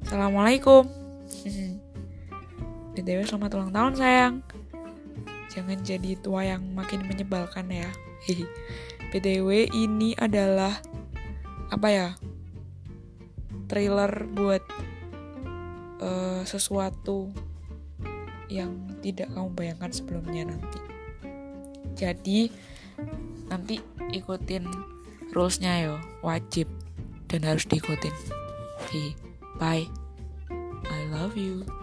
Assalamualaikum. BTW selamat ulang tahun sayang. Jangan jadi tua yang makin menyebalkan ya. BTW ini adalah trailer buat sesuatu yang tidak kamu bayangkan sebelumnya nanti. Jadi nanti ikutin rules-nya yo, wajib dan harus diikutin. Bye. I love you.